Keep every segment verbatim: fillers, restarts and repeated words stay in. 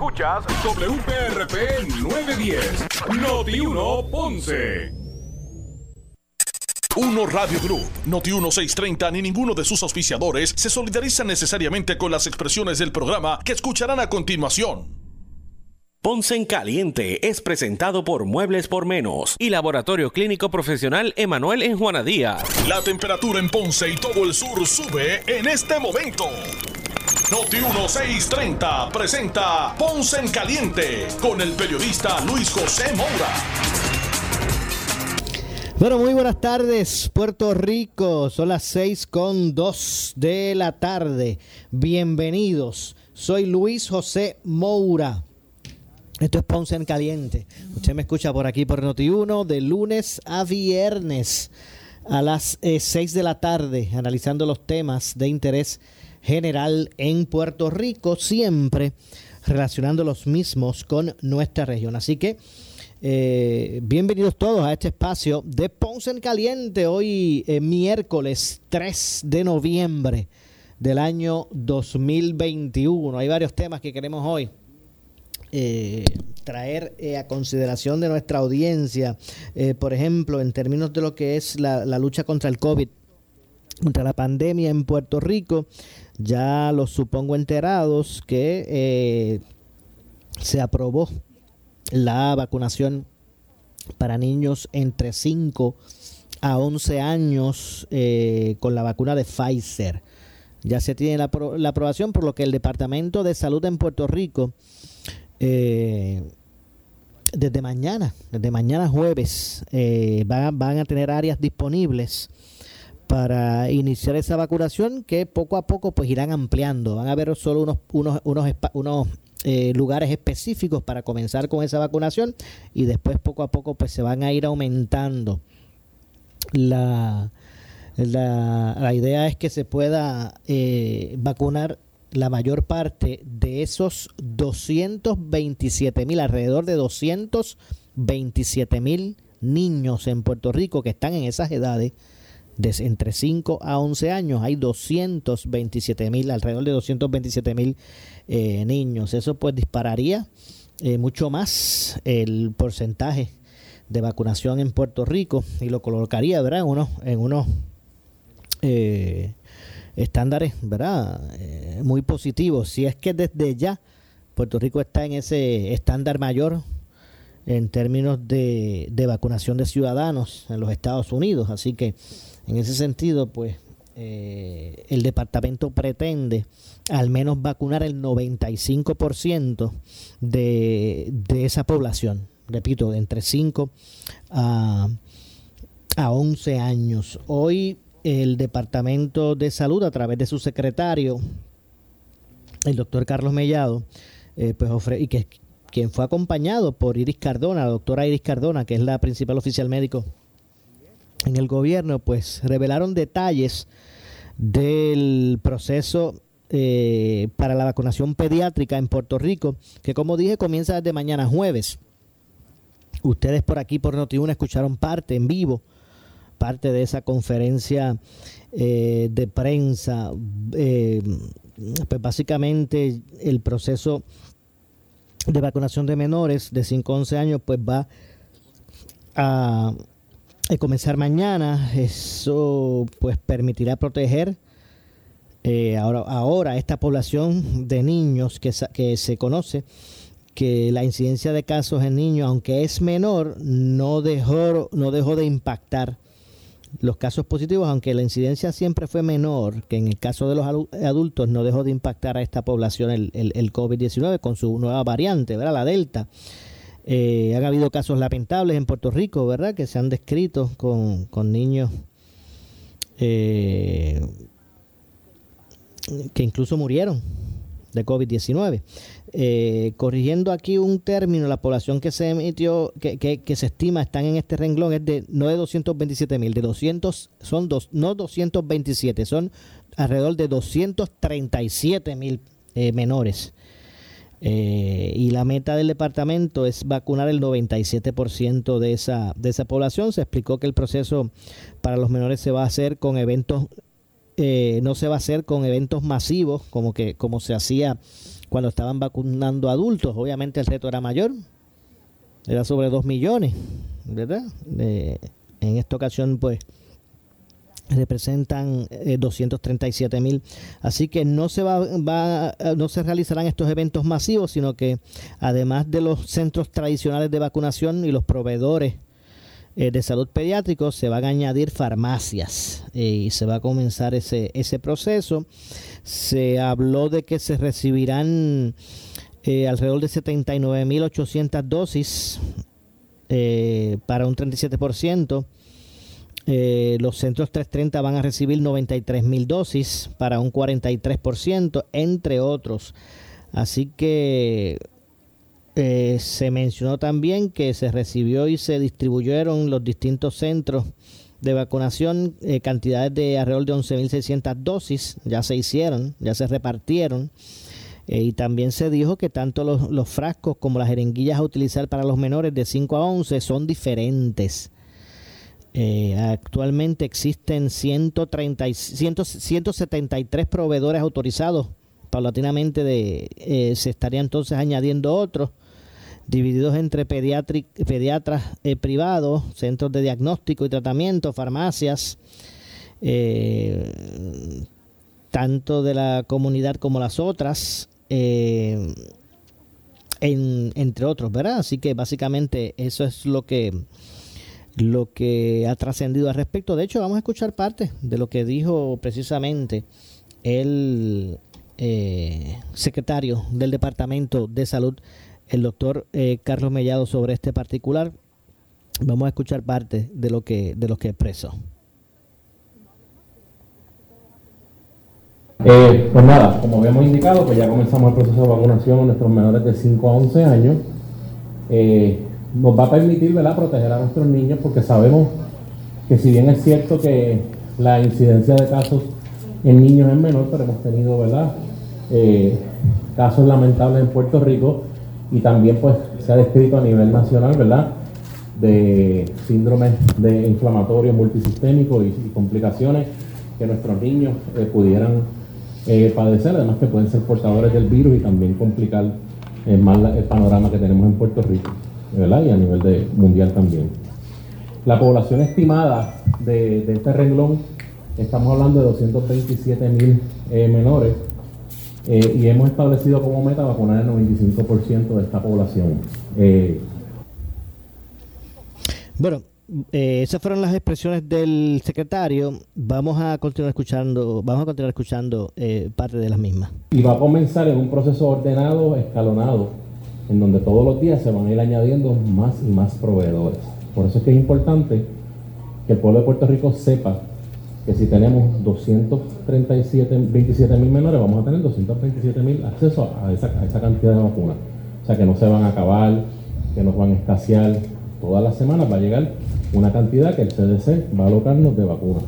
Escuchas W P R P nueve diez, Noti uno Ponce. Uno Radio Group, Noti uno seiscientos treinta ni ninguno de sus auspiciadores se solidarizan necesariamente con las expresiones del programa que escucharán a continuación. Ponce en Caliente es presentado por Muebles por Menos y Laboratorio Clínico Profesional Emanuel en Juana Díaz. La temperatura en Ponce y todo el sur sube en este momento. Noti uno seiscientos treinta presenta Ponce en Caliente con el periodista Luis José Moura. Bueno, muy buenas tardes, Puerto Rico. Son las seis con dos de la tarde. Bienvenidos. Soy Luis José Moura. Esto es Ponce en Caliente. Usted me escucha por aquí por Noti uno de lunes a viernes a las eh, seis de la tarde, analizando los temas de interés general en Puerto Rico, siempre relacionando los mismos con nuestra región. Así que eh, bienvenidos todos a este espacio de Ponce en Caliente, hoy eh, miércoles tres de noviembre del año dos mil veintiuno. Hay varios temas que queremos hoy Eh, traer eh, a consideración de nuestra audiencia, eh, por ejemplo, en términos de lo que es la, la lucha contra el COVID, contra la pandemia en Puerto Rico. Ya los supongo enterados que eh, se aprobó la vacunación para niños entre cinco a once años eh, con la vacuna de Pfizer. Ya se tiene la, la aprobación, por lo que el Departamento de Salud en Puerto Rico Eh, desde mañana, desde mañana jueves, eh, van, van a tener áreas disponibles para iniciar esa vacunación, que poco a poco pues irán ampliando. Van a haber solo unos, unos, unos, unos eh, lugares específicos para comenzar con esa vacunación, y después poco a poco pues se van a ir aumentando. La, la, la idea es que se pueda eh, vacunar la mayor parte de esos doscientos veintisiete mil, alrededor de doscientos veintisiete mil niños en Puerto Rico que están en esas edades, de entre cinco a once años. Hay doscientos veintisiete mil, alrededor de doscientos veintisiete mil eh, niños. Eso pues dispararía eh, mucho más el porcentaje de vacunación en Puerto Rico y lo colocaría, ¿verdad?, en unos, en unos eh, estándares, ¿verdad?, eh, muy positivos. Si es que desde ya Puerto Rico está en ese estándar mayor en términos de, de vacunación de ciudadanos en los Estados Unidos. Así que en ese sentido, pues eh, el departamento pretende al menos vacunar el noventa y cinco por ciento de, de esa población, repito, de entre cinco a, a once años. Hoy el Departamento de Salud, a través de su secretario, el doctor Carlos Mellado, eh, pues ofre- y que quien fue acompañado por Iris Cardona, la doctora Iris Cardona, que es la principal oficial médico en el gobierno, pues revelaron detalles del proceso eh, para la vacunación pediátrica en Puerto Rico, que, como dije, comienza desde mañana jueves. Ustedes por aquí, por Noti uno, escucharon parte en vivo, parte de esa conferencia eh, de prensa. Eh, pues básicamente el proceso de vacunación de menores de cinco a once años pues va a, a comenzar mañana. Eso pues permitirá proteger eh, ahora, ahora esta población de niños que, que se conoce que la incidencia de casos en niños, aunque es menor, no dejó, no dejó de impactar los casos positivos, aunque la incidencia siempre fue menor, que en el caso de los adultos no dejó de impactar a esta población el, el, el COVID diecinueve con su nueva variante, ¿verdad?, la Delta. Eh, han habido casos lamentables en Puerto Rico, ¿verdad?, que se han descrito con, con niños eh, que incluso murieron de COVID diecinueve. Eh, corrigiendo aquí un término, la población que se emitió, que, que, que se estima están en este renglón, es de no de doscientos veintisiete mil, de doscientos, son dos, no doscientos veintisiete, son alrededor de doscientos treinta y siete mil eh, menores. Eh, y la meta del departamento es vacunar el noventa y siete por ciento de esa, de esa población. Se explicó que el proceso para los menores se va a hacer con eventos, eh, no se va a hacer con eventos masivos como que como se hacía cuando estaban vacunando adultos. Obviamente el reto era mayor, era sobre dos millones, ¿verdad? Eh, en esta ocasión, pues, representan eh, doscientos treinta y siete mil. Así que no se va, va, no se realizarán estos eventos masivos, sino que además de los centros tradicionales de vacunación y los proveedores eh, de salud pediátricos, se van a añadir farmacias eh, y se va a comenzar ese, ese proceso. Se habló de que se recibirán eh, alrededor de setenta y nueve mil ochocientas dosis eh, para un treinta y siete por ciento. Eh, los centros trescientos treinta van a recibir noventa y tres mil dosis para un cuarenta y tres por ciento, entre otros. Así que eh, se mencionó también que se recibió y se distribuyeron los distintos centros de vacunación eh, cantidades de alrededor de once mil seiscientas dosis, ya se hicieron, ya se repartieron. Eh, y también se dijo que tanto los, los frascos como las jeringuillas a utilizar para los menores de cinco a once son diferentes. Eh, actualmente existen ciento treinta, ciento setenta y tres proveedores autorizados. Paulatinamente de, eh, se estarían entonces añadiendo otros, divididos entre pediatri, pediatras eh, privados, centros de diagnóstico y tratamiento, farmacias, eh, tanto de la comunidad como las otras, eh, en, entre otros, ¿verdad? Así que básicamente eso es lo que lo que ha trascendido al respecto. De hecho, vamos a escuchar parte de lo que dijo precisamente el eh, secretario del Departamento de Salud, el doctor eh, Carlos Mellado, sobre este particular. Vamos a escuchar parte de lo que de lo que expresó. Eh, pues nada, como habíamos indicado, pues ya comenzamos el proceso de vacunación en nuestros menores de cinco a once años. Eh, nos va a permitir, ¿verdad?, proteger a nuestros niños, porque sabemos que si bien es cierto que la incidencia de casos en niños es menor, pero hemos tenido, ¿verdad?, eh, casos lamentables en Puerto Rico, y también pues se ha descrito a nivel nacional, ¿verdad?, de síndromes de inflamatorios multisistémicos y, y complicaciones que nuestros niños eh, pudieran eh, padecer, además que pueden ser portadores del virus y también complicar eh, más la, el panorama que tenemos en Puerto Rico, ¿verdad?, y a nivel de mundial también. La población estimada de, de este renglón, estamos hablando de doscientos veintisiete mil eh, menores, eh, y hemos establecido como meta vacunar el noventa y cinco por ciento de esta población. Eh, bueno, eh, esas fueron las expresiones del secretario. Vamos a continuar escuchando, vamos a continuar escuchando eh, parte de las mismas. Y va a comenzar en un proceso ordenado, escalonado, en donde todos los días se van a ir añadiendo más y más proveedores. Por eso es que es importante que el pueblo de Puerto Rico sepa que si tenemos doscientos treinta y siete, veintisiete mil menores, vamos a tener doscientos veintisiete mil acceso a esa, a esa cantidad de vacunas. O sea, que no se van a acabar, que nos van a escasear. Todas las semanas va a llegar una cantidad que el C D C va a alocarnos de vacunas.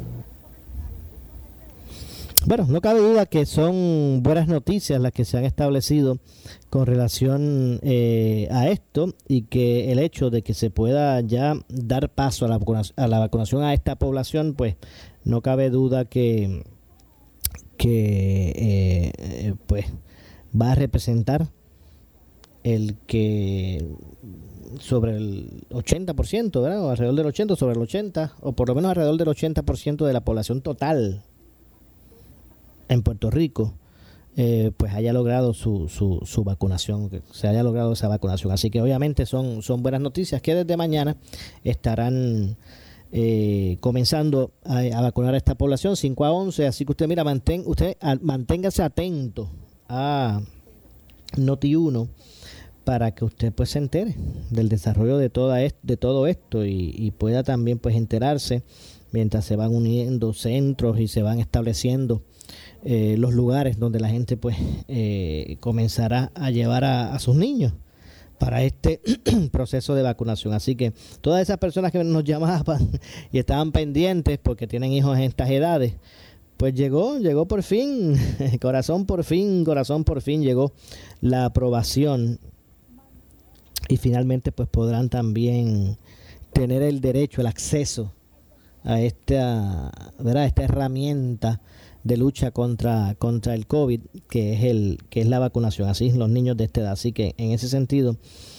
Bueno, no cabe duda que son buenas noticias las que se han establecido con relación eh, a esto, y que el hecho de que se pueda ya dar paso a la vacunación, a la vacunación a esta población, pues no cabe duda que, que eh, eh, pues va a representar el que sobre el ochenta por ciento, ¿verdad? O alrededor del ochenta, sobre el ochenta, o por lo menos alrededor del ochenta por ciento de la población total en Puerto Rico, eh, pues haya logrado su, su, su vacunación, que se haya logrado esa vacunación. Así que obviamente son, son buenas noticias, que desde mañana estarán eh, comenzando a, a vacunar a esta población cinco a once. Así que usted, mira, mantén, usted a, manténgase atento a Noti uno para que usted pues se entere del desarrollo de toda est- de todo esto y, y pueda también pues enterarse mientras se van uniendo centros y se van estableciendo Eh, los lugares donde la gente pues eh, comenzará a llevar a, a sus niños para este proceso de vacunación. Así que todas esas personas que nos llamaban y estaban pendientes porque tienen hijos en estas edades, pues llegó, llegó por fin, corazón por fin, corazón por fin llegó la aprobación, y finalmente pues podrán también tener el derecho, el acceso a esta, ¿verdad?, esta herramienta de lucha contra contra el COVID, que es el que es la vacunación, así los niños de esta edad. Así que en ese sentido,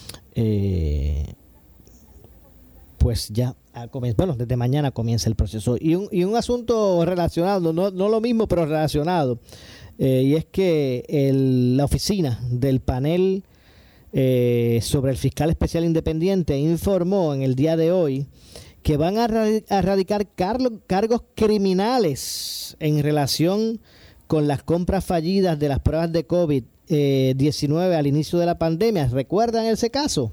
eh, pues ya bueno, desde mañana comienza el proceso. Y un, y un asunto relacionado, no, no lo mismo, pero relacionado, eh, y es que el, la oficina del panel eh, sobre el fiscal especial independiente informó en el día de hoy que van a, radic- a radicar car- cargos criminales en relación con las compras fallidas de las pruebas de COVID diecinueve al inicio de la pandemia. ¿Recuerdan ese caso?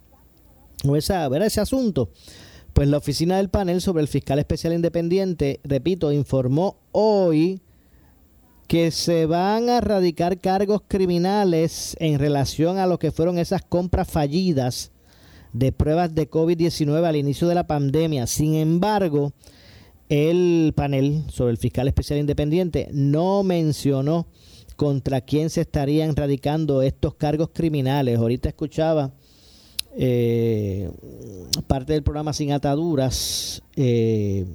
O esa, ¿verdad? Ese asunto. Pues la oficina del panel sobre el fiscal especial independiente, repito, informó hoy que se van a radicar cargos criminales en relación a lo que fueron esas compras fallidas de pruebas de COVID diecinueve al inicio de la pandemia. Sin embargo, el panel sobre el fiscal especial independiente no mencionó contra quién se estarían radicando estos cargos criminales. Ahorita escuchaba eh, parte del programa Sin Ataduras eh,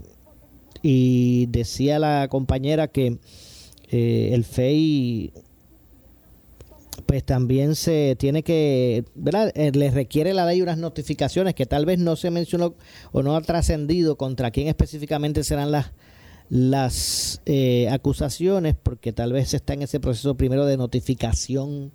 y decía la compañera que eh, el F E I pues también se tiene que, ¿verdad? Eh, le requiere la ley unas notificaciones que tal vez no se mencionó o no ha trascendido contra quién específicamente serán las las eh, acusaciones, porque tal vez está en ese proceso primero de notificación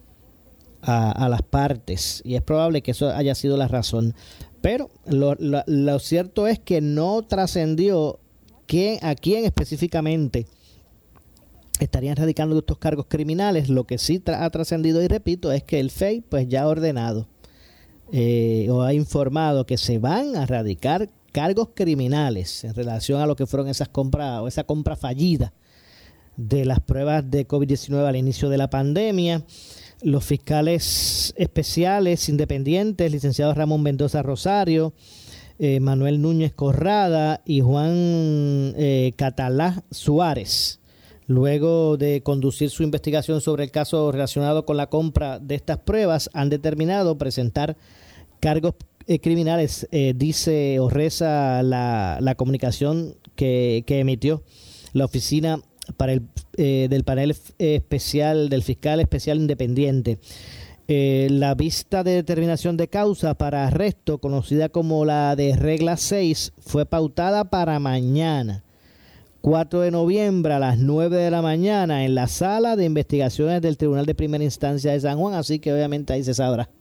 a, a las partes, y es probable que eso haya sido la razón, pero lo, lo, lo cierto es que no trascendió quién, a quién específicamente estarían radicando estos cargos criminales. Lo que sí tra- ha trascendido, y repito, es que el F E I pues ya ha ordenado eh, o ha informado que se van a radicar cargos criminales en relación a lo que fueron esas compras o esa compra fallida de las pruebas de COVID diecinueve al inicio de la pandemia. Los fiscales especiales independientes, licenciados Ramón Mendoza Rosario, eh, Manuel Núñez Corrada y Juan eh, Catalá Suárez, luego de conducir su investigación sobre el caso relacionado con la compra de estas pruebas, han determinado presentar cargos eh, criminales, eh, dice o reza la, la comunicación que, que emitió la oficina para el eh, del panel especial del fiscal especial independiente. Eh, la vista de determinación de causa para arresto, conocida como la de regla seis, fue pautada para mañana, cuatro de noviembre a las nueve de la mañana, en la sala de investigaciones del Tribunal de Primera Instancia de San Juan. Así que obviamente ahí se sabrá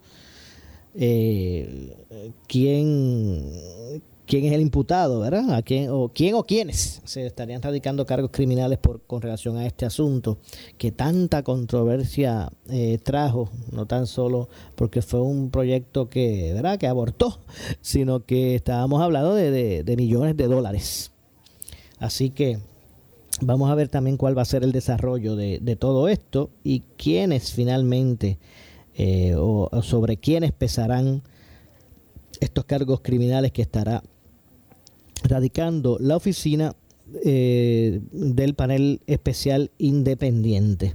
eh, quién, quién es el imputado, ¿verdad? A quién o quién o quiénes se estarían radicando cargos criminales por con relación a este asunto que tanta controversia eh, trajo, no tan solo porque fue un proyecto que, ¿verdad?, que abortó, sino que estábamos hablando de, de, de millones de dólares. Así que vamos a ver también cuál va a ser el desarrollo de, de todo esto y quiénes finalmente eh, o, o sobre quiénes pesarán estos cargos criminales que estará radicando la oficina eh, del panel especial independiente.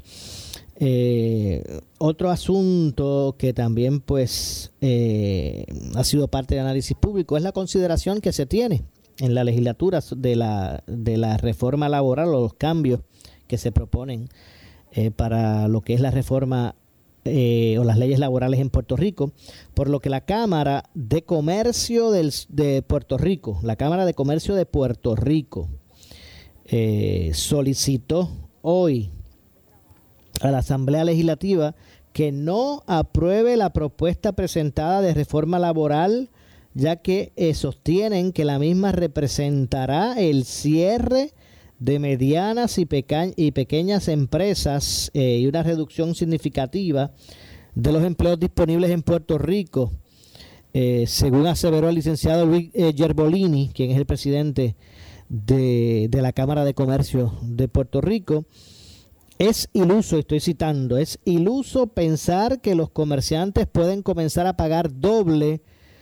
Eh, otro asunto que también pues eh, ha sido parte del análisis público es la consideración que se tiene en la legislatura de la de la reforma laboral o los cambios que se proponen eh, para lo que es la reforma eh, o las leyes laborales en Puerto Rico, por lo que la Cámara de Comercio del, de Puerto Rico, la Cámara de Comercio de Puerto Rico eh, solicitó hoy a la Asamblea Legislativa que no apruebe la propuesta presentada de reforma laboral, ya que eh, sostienen que la misma representará el cierre de medianas y, peca- y pequeñas empresas eh, y una reducción significativa de los empleos disponibles en Puerto Rico, eh, según aseveró el licenciado Luis eh, Gerbolini, quien es el presidente de, de la Cámara de Comercio de Puerto Rico. Es iluso, estoy citando, es iluso pensar que los comerciantes pueden comenzar a pagar doble,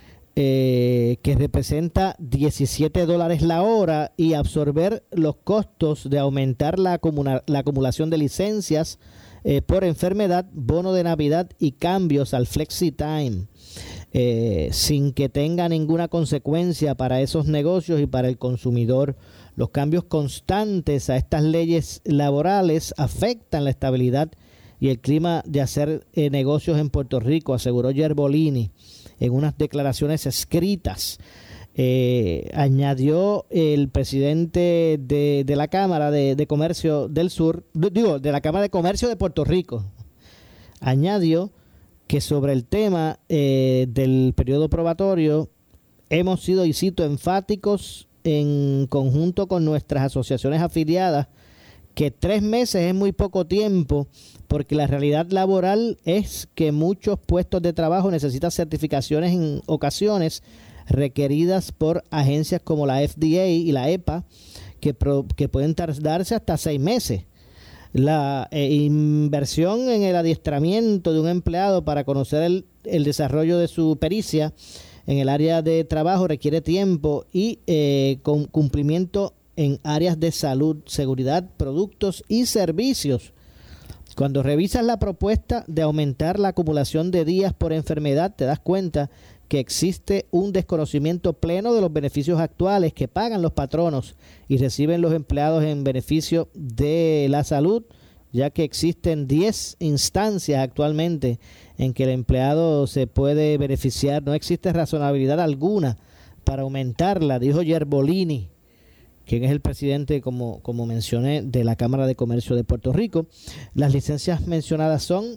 Eh, que representa diecisiete dólares la hora, y absorber los costos de aumentar la, acumula- la acumulación de licencias eh, por enfermedad, bono de Navidad y cambios al FlexiTime, eh, sin que tenga ninguna consecuencia para esos negocios y para el consumidor. Los cambios constantes a estas leyes laborales afectan la estabilidad y el clima de hacer eh, negocios en Puerto Rico, aseguró Gerbolini en unas declaraciones escritas. Eh, añadió el presidente de, de la Cámara de, de Comercio del Sur, digo, de la Cámara de Comercio de Puerto Rico, añadió que sobre el tema eh, del periodo probatorio hemos sido, y cito, enfáticos en conjunto con nuestras asociaciones afiliadas, que tres meses es muy poco tiempo, porque la realidad laboral es que muchos puestos de trabajo necesitan certificaciones en ocasiones requeridas por agencias como la F D A y la E P A, que, pro, que pueden tardarse hasta seis meses. La eh, inversión en el adiestramiento de un empleado para conocer el, el desarrollo de su pericia en el área de trabajo requiere tiempo y eh, con cumplimiento en áreas de salud, seguridad, productos y servicios. Cuando revisas la propuesta de aumentar la acumulación de días por enfermedad, te das cuenta que existe un desconocimiento pleno de los beneficios actuales que pagan los patronos y reciben los empleados en beneficio de la salud, ya que existen diez instancias actualmente en que el empleado se puede beneficiar. No existe razonabilidad alguna para aumentarla, dijo Gerbolini, quien es el presidente, como, como mencioné, de la Cámara de Comercio de Puerto Rico. Las licencias mencionadas son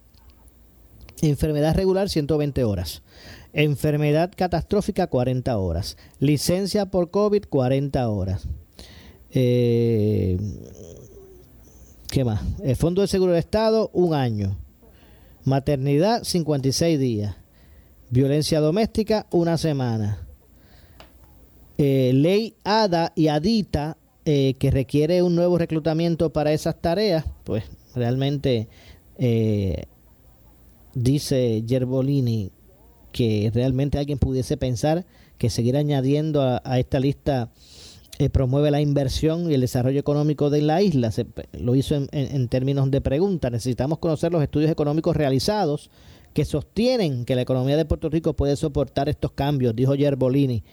enfermedad regular ciento veinte horas, enfermedad catastrófica cuarenta horas, licencia por COVID cuarenta horas. Eh, ¿Qué más? El Fondo de Seguro del Estado, un año. Maternidad, cincuenta y seis días. Violencia doméstica, una semana. Eh, ley ADA y ADITA, eh, que requiere un nuevo reclutamiento para esas tareas, pues realmente eh, dice Gerbolini que realmente alguien pudiese pensar que seguir añadiendo a, a esta lista eh, promueve la inversión y el desarrollo económico de la isla. Se, lo hizo en, en, en términos de pregunta. Necesitamos conocer los estudios económicos realizados que sostienen que la economía de Puerto Rico puede soportar estos cambios, dijo Gerbolini.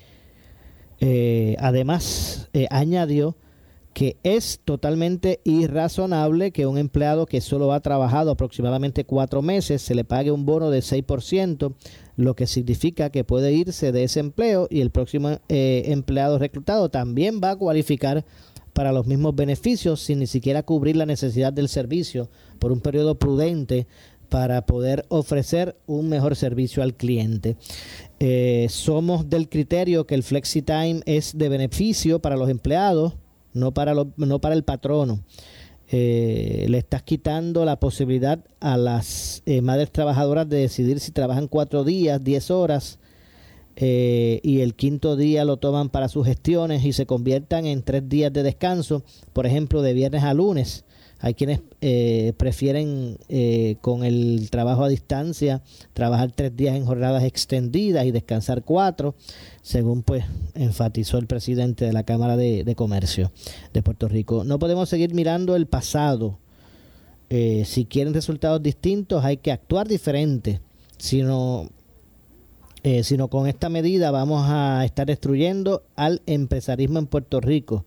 Eh, además, eh, añadió que es totalmente irrazonable que un empleado que solo ha trabajado aproximadamente cuatro meses se le pague un bono de seis por ciento, lo que significa que puede irse de ese empleo y el próximo eh, empleado reclutado también va a cualificar para los mismos beneficios sin ni siquiera cubrir la necesidad del servicio por un periodo prudente para poder ofrecer un mejor servicio al cliente. Eh, somos del criterio que el FlexiTime es de beneficio para los empleados, no para, lo, no para el patrono. Eh, le estás quitando la posibilidad a las eh, madres trabajadoras de decidir si trabajan cuatro días, diez horas, eh, y el quinto día lo toman para sus gestiones y se conviertan en tres días de descanso, por ejemplo, de viernes a lunes. Hay quienes eh, prefieren eh, con el trabajo a distancia trabajar tres días en jornadas extendidas y descansar cuatro, según pues enfatizó el presidente de la Cámara de, de Comercio de Puerto Rico. No podemos seguir mirando el pasado. Eh, si quieren resultados distintos hay que actuar diferente. Sino, eh, sino con esta medida vamos a estar destruyendo al empresarismo en Puerto Rico.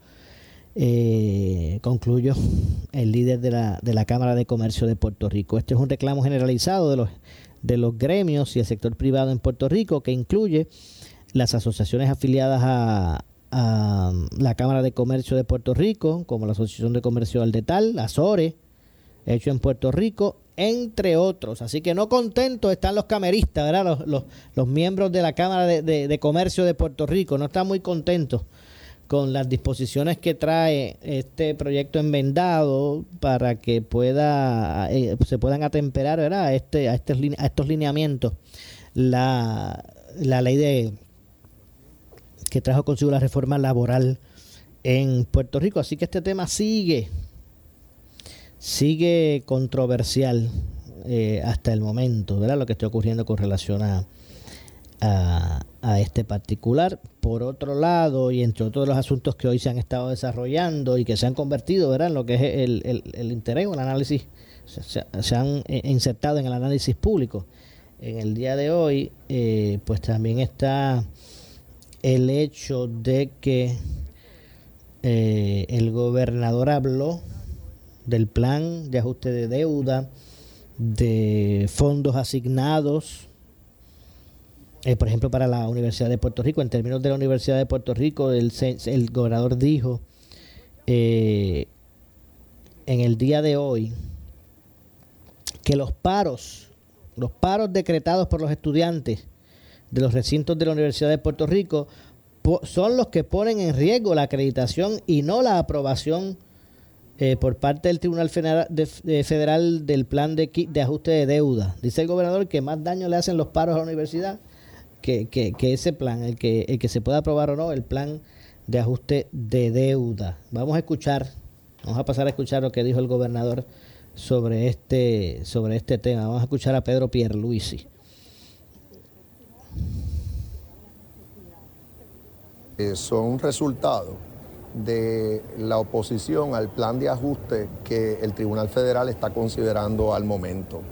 Eh, concluyó el líder de la, de la Cámara de Comercio de Puerto Rico. Este es un reclamo generalizado de los, de los gremios y el sector privado en Puerto Rico, que incluye las asociaciones afiliadas a, a la Cámara de Comercio de Puerto Rico, como la Asociación de Comercio Aldetal, Azores, hecho en Puerto Rico, entre otros. Así que no contentos están los cameristas, ¿verdad? Los, los, los miembros de la Cámara de, de, de Comercio de Puerto Rico no están muy contentos con las disposiciones que trae este proyecto enmendado para que pueda eh, se puedan atemperar, ¿verdad?, a, este, a, estos, a estos lineamientos la, la ley de que trajo consigo la reforma laboral en Puerto Rico. Así que este tema sigue sigue controversial eh, hasta el momento, ¿verdad?, lo que está ocurriendo con relación a A, a este particular. Por otro lado, y entre otros los asuntos que hoy se han estado desarrollando y que se han convertido, ¿verdad?, en lo que es el, el, el interés o el análisis se, se, se han eh, insertado en el análisis público. En el día de hoy, eh, pues también está el hecho de que eh, el gobernador habló del plan de ajuste de deuda, de fondos asignados, eh, por ejemplo, para la Universidad de Puerto Rico. En términos de la Universidad de Puerto Rico, el, el gobernador dijo eh, en el día de hoy que los paros, los paros decretados por los estudiantes de los recintos de la Universidad de Puerto Rico po- son los que ponen en riesgo la acreditación y no la aprobación eh, por parte del Tribunal Federal, de, de Federal del plan de, de ajuste de deuda. Dice el gobernador que más daño le hacen los paros a la universidad que, que, que ese plan, el que, el que se pueda aprobar o no, el plan de ajuste de deuda. Vamos a escuchar, vamos a pasar a escuchar lo que dijo el gobernador sobre este, sobre este tema. Vamos a escuchar a Pedro Pierluisi. Son resultado de la oposición al plan de ajuste que el Tribunal Federal está considerando al momento.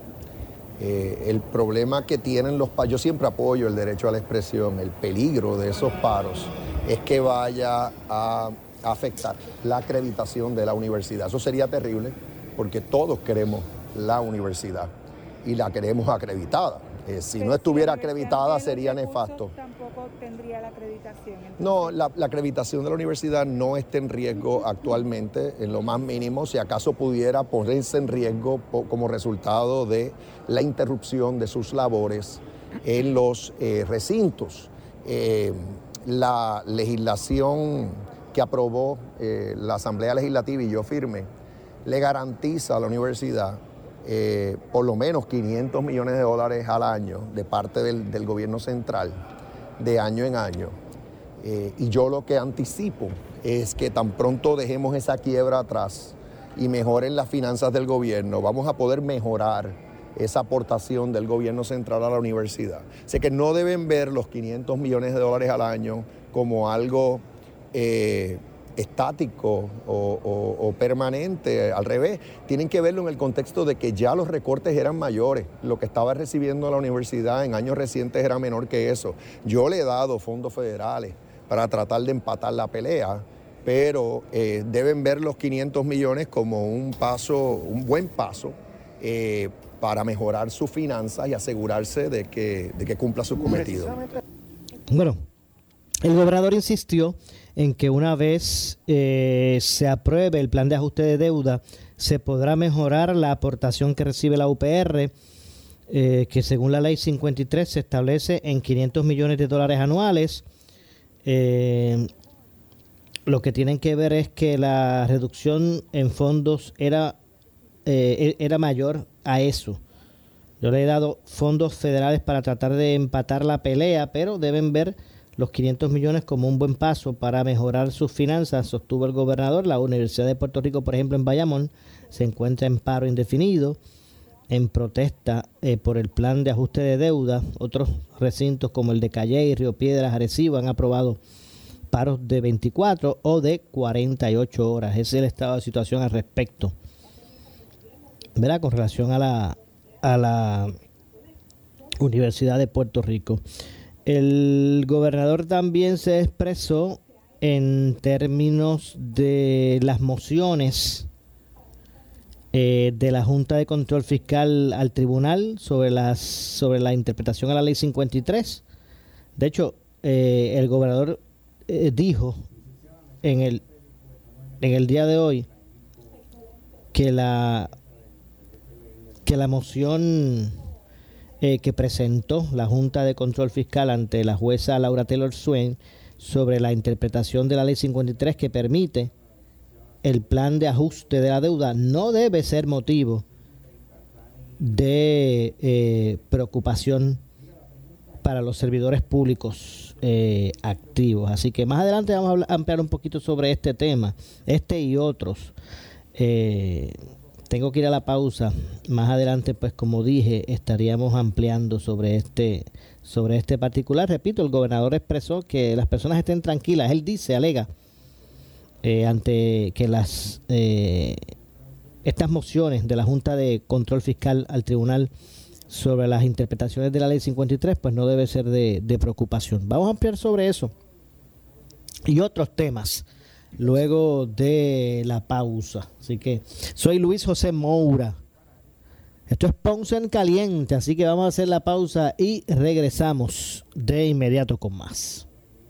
Eh, el problema que tienen los paros, yo siempre apoyo el derecho a la expresión, el peligro de esos paros es que vaya a afectar la acreditación de la universidad. Eso sería terrible porque todos queremos la universidad y la queremos acreditada. Eh, si no estuviera acreditada sería nefasto. Tampoco tendría la acreditación. Entonces... No, la, la acreditación de la universidad no está en riesgo actualmente, en lo más mínimo, si acaso pudiera ponerse en riesgo po, como resultado de la interrupción de sus labores en los eh, recintos. Eh, la legislación que aprobó eh, la Asamblea Legislativa y yo firmé, le garantiza a la universidad Eh, por lo menos quinientos millones de dólares al año de parte del, del gobierno central, de año en año. Eh, y yo lo que anticipo es que tan pronto dejemos esa quiebra atrás y mejoren las finanzas del gobierno, vamos a poder mejorar esa aportación del gobierno central a la universidad. Sé que no deben ver los quinientos millones de dólares al año como algo eh, estático o, o, o permanente, al revés, tienen que verlo en el contexto de que ya los recortes eran mayores, lo que estaba recibiendo la universidad en años recientes era menor que eso. Yo le he dado fondos federales para tratar de empatar la pelea, pero eh, deben ver los quinientos millones como un paso, un buen paso eh, para mejorar sus finanzas y asegurarse de que, de que cumpla su cometido. Bueno, el gobernador insistió en que una vez eh, se apruebe el plan de ajuste de deuda, se podrá mejorar la aportación que recibe la U P R, eh, que según la ley cincuenta y tres se establece en quinientos millones de dólares anuales. Eh, lo que tienen que ver es que la reducción en fondos era, eh, era mayor a eso. Yo le he dado fondos federales para tratar de empatar la pelea, pero deben ver los quinientos millones como un buen paso para mejorar sus finanzas, sostuvo el gobernador. La Universidad de Puerto Rico, por ejemplo, en Bayamón, se encuentra en paro indefinido, en protesta eh, por el plan de ajuste de deuda. Otros recintos como el de Calley, Río Piedras, Arecibo han aprobado paros de veinticuatro o de cuarenta y ocho horas. Ese es el estado de situación al respecto, ¿verdad? Con relación a la, a la Universidad de Puerto Rico. El gobernador también se expresó en términos de las mociones eh, de la Junta de Control Fiscal al tribunal sobre las sobre la interpretación a la ley cincuenta y tres. De hecho, eh, el gobernador eh, dijo en el en el día de hoy que la que la moción Eh, que presentó la Junta de Control Fiscal ante la jueza Laura Taylor Swain sobre la interpretación de la ley cincuenta y tres que permite el plan de ajuste de la deuda no debe ser motivo de eh, preocupación para los servidores públicos eh, activos. Así que más adelante vamos a hablar, ampliar un poquito sobre este tema, este y otros. Eh, Tengo que ir a la pausa. Más adelante, pues como dije, estaríamos ampliando sobre este sobre este particular. Repito, el gobernador expresó que las personas estén tranquilas. Él dice, alega, eh, ante que las eh, estas mociones de la Junta de Control Fiscal al Tribunal sobre las interpretaciones de la Ley cincuenta y tres, pues no debe ser de, de preocupación. Vamos a ampliar sobre eso y otros temas luego de la pausa. Así que soy Luis José Moura. Esto es Ponce en Caliente, así que vamos a hacer la pausa y regresamos de inmediato con más.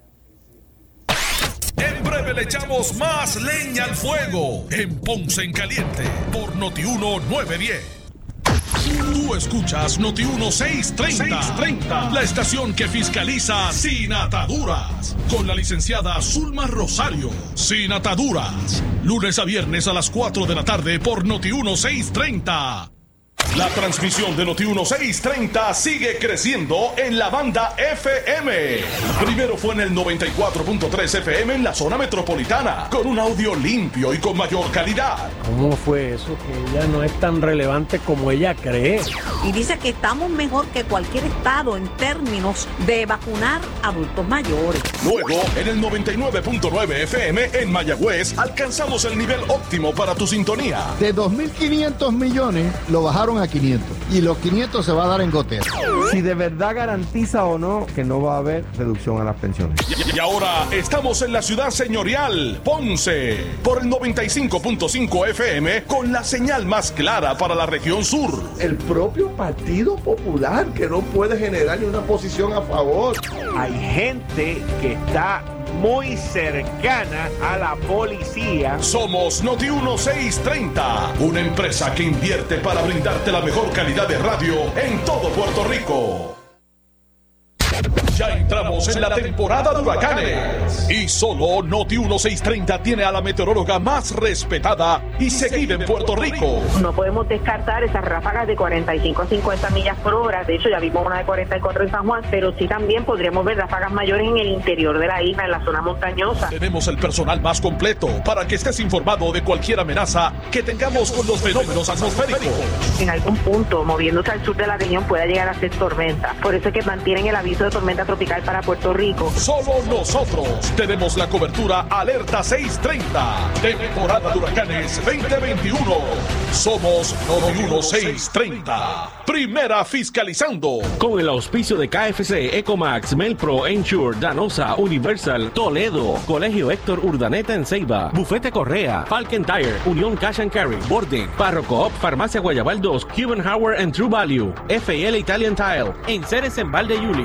En breve le echamos más leña al fuego en Ponce en Caliente por Noti uno nueve diez. Tú escuchas Noti uno seiscientos treinta, la estación que fiscaliza sin ataduras, con la licenciada Zulma Rosario. Sin ataduras, lunes a viernes a las cuatro de la tarde por Noti uno seiscientos treinta. La transmisión de Noti uno seiscientos treinta sigue creciendo en la banda F M. Primero fue en el noventa y cuatro punto tres F M en la zona metropolitana, con un audio limpio y con mayor calidad. ¿Cómo fue eso? Que ella no es tan relevante como ella cree. Y dice que estamos mejor que cualquier estado en términos de vacunar adultos mayores. Luego, en el noventa y nueve punto nueve F M en Mayagüez, alcanzamos el nivel óptimo para tu sintonía. De dos mil quinientos millones lo bajaron a quinientos y los quinientos se va a dar en gotera. Si de verdad garantiza o no que no va a haber reducción a las pensiones. Y, y ahora estamos en la ciudad señorial, Ponce, por el noventa y cinco punto cinco F M con la señal más clara para la región sur. El propio Partido Popular que no puede generar ni una posición a favor. Hay gente que está muy cercana a la policía. Somos Noti uno seiscientos treinta, una empresa que invierte para brindarte la mejor calidad de radio en todo Puerto Rico. Ya entramos en la temporada de huracanes y solo Noti uno seiscientos treinta tiene a la meteoróloga más respetada y seguida en Puerto Rico. No podemos descartar esas ráfagas de cuarenta y cinco a cincuenta millas por hora. De hecho, ya vimos una de cuarenta y cuatro en San Juan, pero sí también podríamos ver ráfagas mayores en el interior de la isla, en la zona montañosa. Tenemos el personal más completo para que estés informado de cualquier amenaza que tengamos con los fenómenos atmosféricos. En algún punto, moviéndose al sur de la región, pueda llegar a ser tormenta. Por eso es que mantienen el aviso de tormenta tropical para Puerto Rico. Solo nosotros tenemos la cobertura Alerta seiscientos treinta, temporada de huracanes veinte veintiuno. Somos Noti uno seiscientos treinta, primera fiscalizando. Con el auspicio de K F C, Ecomax, Melpro, Ensure, Danosa, Universal, Toledo, Colegio Héctor Urdaneta en Ceiba, Bufete Correa, Falcon Tire, Unión Cash and Carry, Borden, Parro Coop, Farmacia Guayabal dos, Cuban Hardware and True Value, F L Italian Tile, Enceres en Valde Yuli.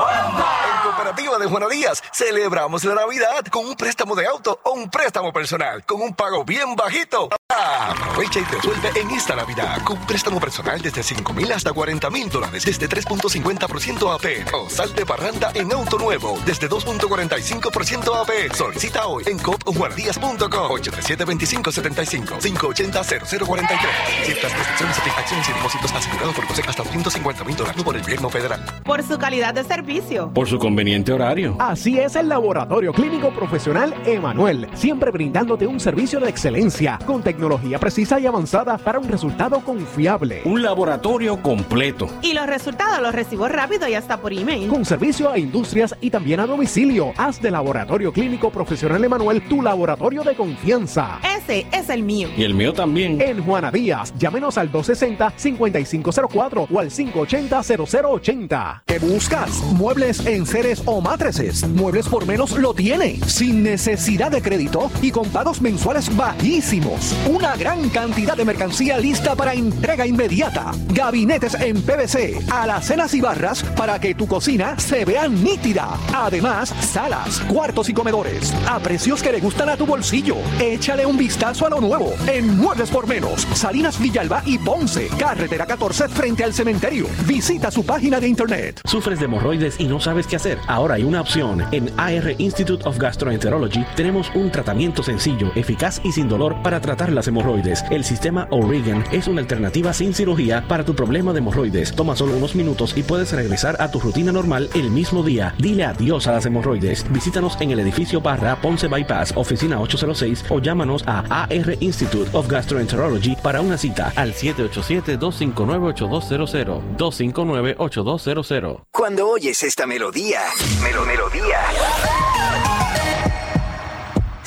En Cooperativa de Juana Díaz celebramos la Navidad con un préstamo de auto o un préstamo personal con un pago bien bajito. Aprovecha y resuelve en esta Navidad con un préstamo personal desde cinco mil hasta cuarenta mil dólares desde tres punto cincuenta por ciento A P R o sal de parranda en auto nuevo desde dos punto cuarenta y cinco por ciento A P R. Solicita hoy en coop juana díaz punto com ocho tres siete, dos cinco siete cinco, cinco ocho cero, cero cero cuatro tres. Ciertas restricciones, satisfacciones y depósitos asegurados por COSEC hasta ciento cincuenta mil dólares por el gobierno federal. Por su calidad de servicio. Por su conveniente horario. Así es el Laboratorio Clínico Profesional Emanuel, siempre brindándote un servicio de excelencia con tecnología precisa y avanzada para un resultado confiable. Un laboratorio completo. Y los resultados los recibo rápido y hasta por email. Con servicio a industrias y también a domicilio. Haz de Laboratorio Clínico Profesional Emanuel tu laboratorio de confianza. Ese es el mío. Y el mío también. En Juana Díaz, llámenos al dos sesenta, cincuenta y cinco cero cuatro o al cinco ochenta, cero cero ochenta. ¿Qué buscas? Muebles, enseres o matrices. Muebles por menos lo tiene. Sin necesidad de crédito y con pagos mensuales bajísimos. Una gran cantidad de mercancía lista para entrega inmediata. Gabinetes en P V C, alacenas y barras para que tu cocina se vea nítida. Además, salas, cuartos y comedores a precios que le gustan a tu bolsillo. Échale un vistazo a lo nuevo en Muebles por Menos, Salinas Villalba y Ponce, carretera catorce frente al cementerio. Visita su página de internet. ¿Sufres de hemorroides y no sabes qué hacer? Ahora hay una opción. En A R Institute of Gastroenterology tenemos un tratamiento sencillo, eficaz y sin dolor para tratar las hemorroides. El sistema O'Regan es una alternativa sin cirugía para tu problema de hemorroides. Toma solo unos minutos y puedes regresar a tu rutina normal el mismo día. Dile adiós a las hemorroides. Visítanos en el edificio Barra Ponce Bypass, oficina ocho cero seis, o llámanos a A R Institute of Gastroenterology para una cita al siete ocho siete, dos cinco nueve, ocho dos cero cero, dos cinco nueve, ocho dos cero cero. Cuando oyes esta melodía, melo melodía,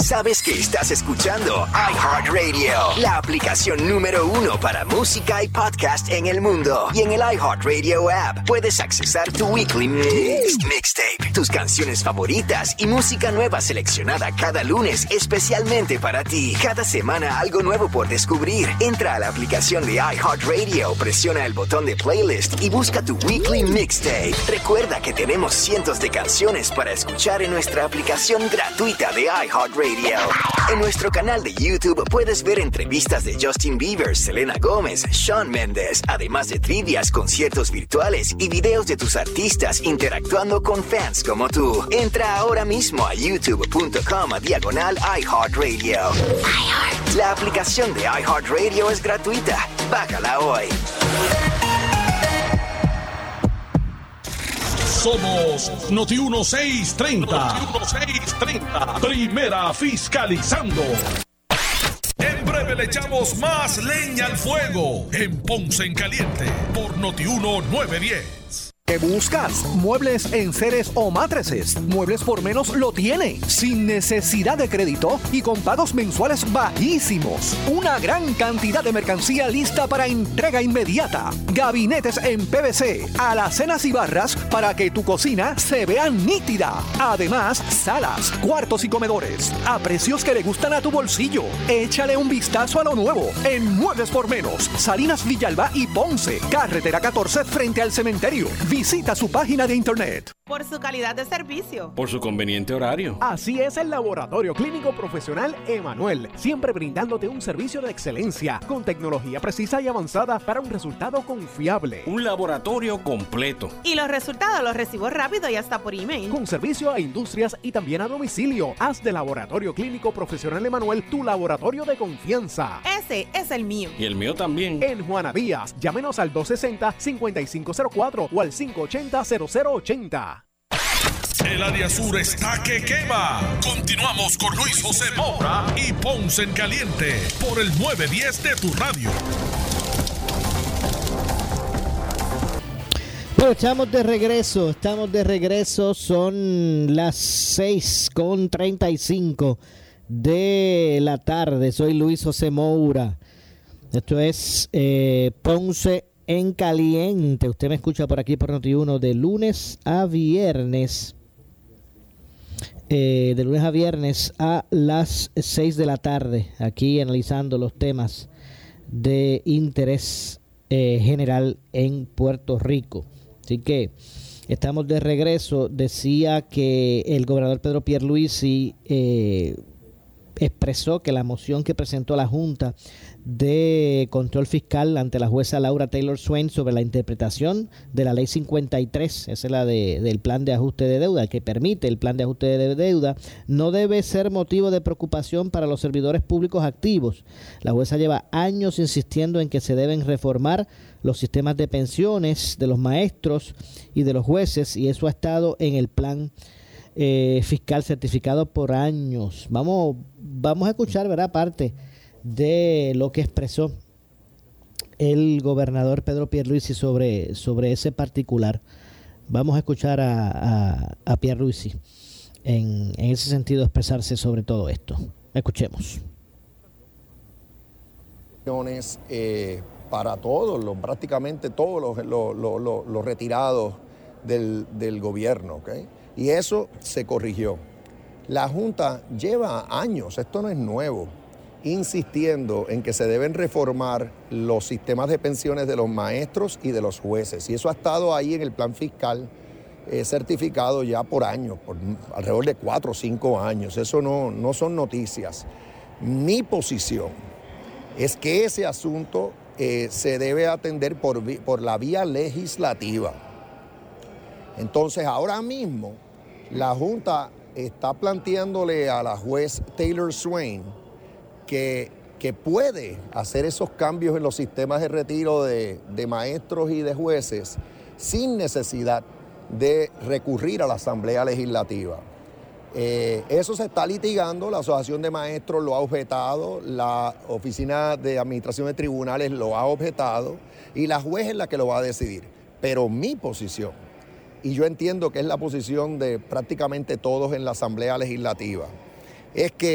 sabes que estás escuchando iHeartRadio, la aplicación número uno para música y podcast en el mundo. Y en el iHeartRadio app puedes accesar tu Weekly Mix, Mixtape, tus canciones favoritas y música nueva seleccionada cada lunes especialmente para ti. Cada semana algo nuevo por descubrir. Entra a la aplicación de iHeartRadio, presiona el botón de playlist y busca tu Weekly Mixtape. Recuerda que tenemos cientos de canciones para escuchar en nuestra aplicación gratuita de iHeartRadio. En nuestro canal de YouTube puedes ver entrevistas de Justin Bieber, Selena Gómez, Shawn Mendes, además de trivias, conciertos virtuales y videos de tus artistas interactuando con fans como tú. Entra ahora mismo a youtube.com diagonal iHeartRadio. iHeart. La aplicación de iHeartRadio es gratuita. Bájala hoy. Somos Noti uno seiscientos treinta. Noti uno seiscientos treinta. Primera fiscalizando. En breve le echamos más leña al fuego en Ponce en Caliente por Noti uno nueve diez. ¿Qué buscas? Muebles, enseres o matrices. Muebles por menos lo tiene. Sin necesidad de crédito y con pagos mensuales bajísimos. Una gran cantidad de mercancía lista para entrega inmediata. Gabinetes en P V C, alacenas y barras para que tu cocina se vea nítida. Además, salas, cuartos y comedores a precios que le gustan a tu bolsillo. Échale un vistazo a lo nuevo en Muebles por Menos. Salinas, Villalba y Ponce. Carretera catorce frente al cementerio. Visita su página de internet. Por su calidad de servicio. Por su conveniente horario. Así es el Laboratorio Clínico Profesional Emanuel, siempre brindándote un servicio de excelencia, con tecnología precisa y avanzada para un resultado confiable. Un laboratorio completo. Y los resultados los recibo rápido y hasta por email. Con servicio a industrias y también a domicilio. Haz de Laboratorio Clínico Profesional Emanuel tu laboratorio de confianza. Ese es el mío. Y el mío también. En Juana Díaz, llámenos al dos sesenta, cincuenta y cinco cero cuatro o al cinco ochenta, cero cero ochenta. El área sur está que quema. Continuamos con Luis José Moura y Ponce en Caliente por el nueve diez de tu radio. Bueno, estamos de regreso, estamos de regreso, son las seis con treinta y cinco de la tarde. Soy Luis José Moura. Esto es eh, Ponce en Caliente. Usted me escucha por aquí por Noti uno de lunes a viernes. Eh, de lunes a viernes a las seis de la tarde, aquí analizando los temas de interés eh, general en Puerto Rico. Así que estamos de regreso. Decía que el gobernador Pedro Pierluisi eh, expresó que la moción que presentó la Junta de Control Fiscal ante la jueza Laura Taylor Swain sobre la interpretación de la Ley cincuenta y tres, esa es la de, del plan de ajuste de deuda, que permite el plan de ajuste de deuda, no debe ser motivo de preocupación para los servidores públicos activos. La jueza lleva años insistiendo en que se deben reformar los sistemas de pensiones de los maestros y de los jueces, y eso ha estado en el plan eh, fiscal certificado por años. Vamos, vamos a escuchar, ¿verdad?, parte de lo que expresó el gobernador Pedro Pierluisi sobre, sobre ese particular. Vamos a escuchar a, a, a Pierluisi en, en ese sentido expresarse sobre todo esto. Escuchemos. Eh, para todos, los, prácticamente todos los, los, los, los, los retirados del, del gobierno, ¿okay? Y eso se corrigió. La Junta lleva años, esto no es nuevo, insistiendo en que se deben reformar los sistemas de pensiones de los maestros y de los jueces. Y eso ha estado ahí en el plan fiscal eh, certificado ya por años, por alrededor de cuatro o cinco años. Eso no, no son noticias. Mi posición es que ese asunto eh, se debe atender por, por la vía legislativa. Entonces, ahora mismo, la Junta está planteándole a la juez Taylor Swain Que, que puede hacer esos cambios en los sistemas de retiro de, de maestros y de jueces sin necesidad de recurrir a la Asamblea Legislativa. Eh, eso se está litigando, la Asociación de Maestros lo ha objetado, la Oficina de Administración de Tribunales lo ha objetado y la juez es la que lo va a decidir. Pero mi posición, y yo entiendo que es la posición de prácticamente todos en la Asamblea Legislativa, es que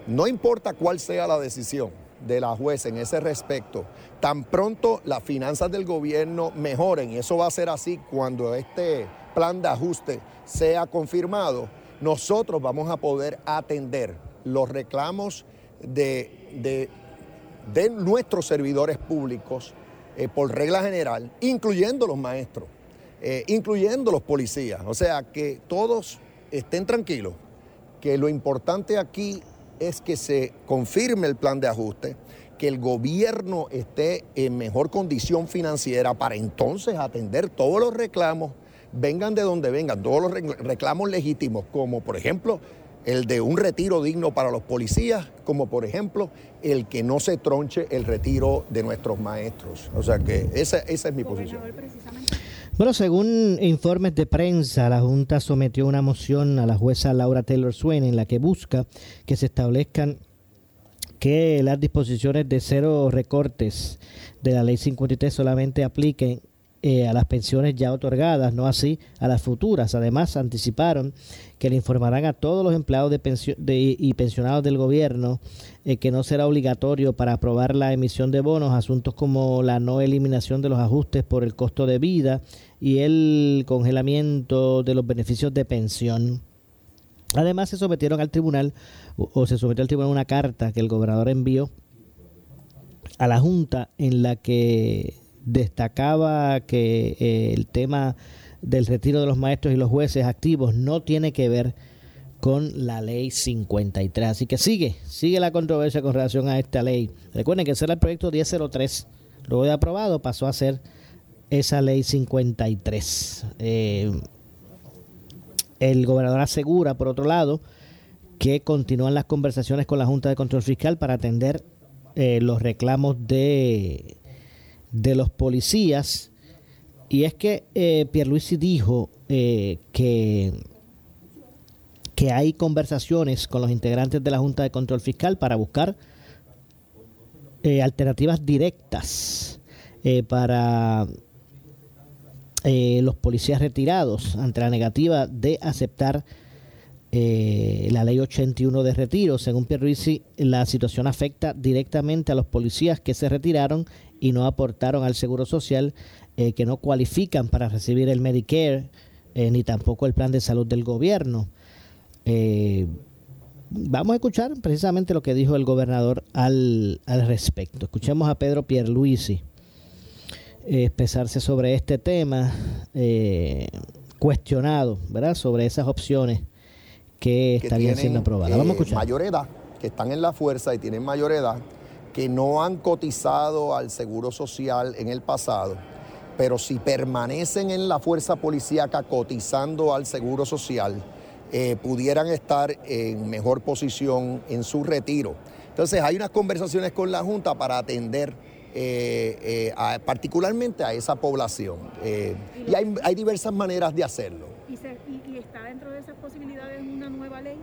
no importa cuál sea la decisión de la jueza en ese respecto, tan pronto las finanzas del gobierno mejoren, y eso va a ser así cuando este plan de ajuste sea confirmado, nosotros vamos a poder atender los reclamos de, de, de nuestros servidores públicos eh, por regla general, incluyendo los maestros, eh, incluyendo los policías. O sea, que todos estén tranquilos, que lo importante aquí es que se confirme el plan de ajuste, que el gobierno esté en mejor condición financiera para entonces atender todos los reclamos, vengan de donde vengan, todos los reclamos legítimos, como por ejemplo el de un retiro digno para los policías, como por ejemplo el que no se tronche el retiro de nuestros maestros. O sea que esa, esa es mi posición. Bueno, según informes de prensa, la Junta sometió una moción a la jueza Laura Taylor Swain en la que busca que se establezcan que las disposiciones de cero recortes de la Ley cincuenta y tres solamente apliquen eh, a las pensiones ya otorgadas, no así a las futuras. Además, anticiparon que le informarán a todos los empleados de pensio- de, y pensionados del gobierno eh, que no será obligatorio para aprobar la emisión de bonos asuntos como la no eliminación de los ajustes por el costo de vida y el congelamiento de los beneficios de pensión. Además, se sometieron al tribunal, o, o se sometió al tribunal una carta que el gobernador envió a la Junta en la que destacaba que eh, el tema del retiro de los maestros y los jueces activos no tiene que ver con la ley cincuenta y tres. Así que sigue, sigue la controversia con relación a esta ley. Recuerden que ese era el proyecto diez cero tres, luego de aprobado pasó a ser esa ley cincuenta y tres. Eh, el gobernador asegura, por otro lado, que continúan las conversaciones con la Junta de Control Fiscal para atender eh, los reclamos de, de los policías. Y es que eh, Pierluisi dijo eh, que, que hay conversaciones con los integrantes de la Junta de Control Fiscal para buscar eh, alternativas directas eh, para eh, los policías retirados ante la negativa de aceptar eh, la ley ochenta y uno de retiro. Según Pierluisi, la situación afecta directamente a los policías que se retiraron y no aportaron al Seguro Social, eh, que no cualifican para recibir el Medicare, eh, ni tampoco el plan de salud del gobierno. Eh, vamos a escuchar precisamente lo que dijo el gobernador al, al respecto. Escuchemos a Pedro Pierluisi eh, expresarse sobre este tema, eh, cuestionado, ¿verdad?, sobre esas opciones que, que estarían tienen, siendo aprobadas. Vamos a escuchar. Mayor edad, que están en la fuerza y tienen mayor edad, que no han cotizado al Seguro Social en el pasado, pero si permanecen en la fuerza policíaca cotizando al Seguro Social, eh, pudieran estar en mejor posición en su retiro. Entonces hay unas conversaciones con la Junta para atender eh, eh, a, particularmente a esa población. Eh, y hay, hay diversas maneras de hacerlo. ¿Y, se, y, y está dentro de esas posibilidades una nueva ley?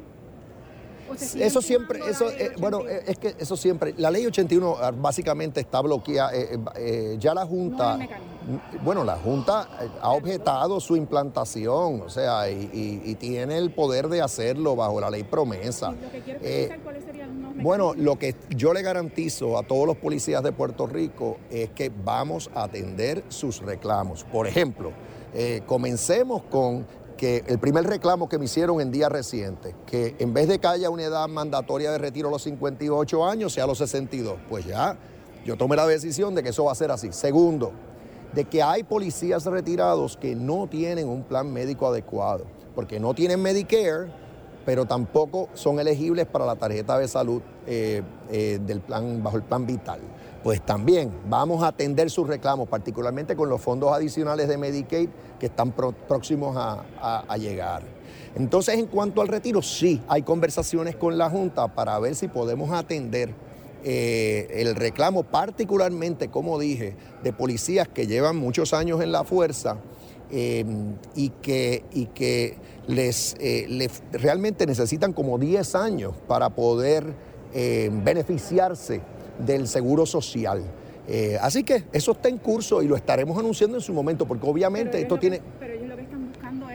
Eso siempre, eso, eh, bueno, eh, es que eso siempre, la ley ochenta y uno básicamente está bloqueada, eh, eh, ya la Junta, no bueno, la Junta ha objetado su implantación, o sea, y, y, y tiene el poder de hacerlo bajo la ley promesa. Lo que quiero eh, precisar, ¿cuáles serían los mecanismos? Bueno, lo que yo le garantizo a todos los policías de Puerto Rico es que vamos a atender sus reclamos. Por ejemplo, eh, comencemos con que el primer reclamo que me hicieron en días recientes, que en vez de que haya una edad mandatoria de retiro a los cincuenta y ocho años, sea a los sesenta y dos. Pues ya, yo tomé la decisión de que eso va a ser así. Segundo, de que hay policías retirados que no tienen un plan médico adecuado, porque no tienen Medicare, pero tampoco son elegibles para la tarjeta de salud eh, eh, del plan, bajo el plan vital. Pues también vamos a atender sus reclamos, particularmente con los fondos adicionales de Medicaid que están pro- próximos a, a, a llegar. Entonces, en cuanto al retiro, sí, hay conversaciones con la Junta para ver si podemos atender eh, el reclamo, particularmente, como dije, de policías que llevan muchos años en la fuerza eh, y que, y que les, eh, les realmente necesitan como diez años para poder eh, beneficiarse del Seguro Social. Eh, así que eso está en curso y lo estaremos anunciando en su momento, porque obviamente esto que, tiene... Pero ellos lo que están buscando es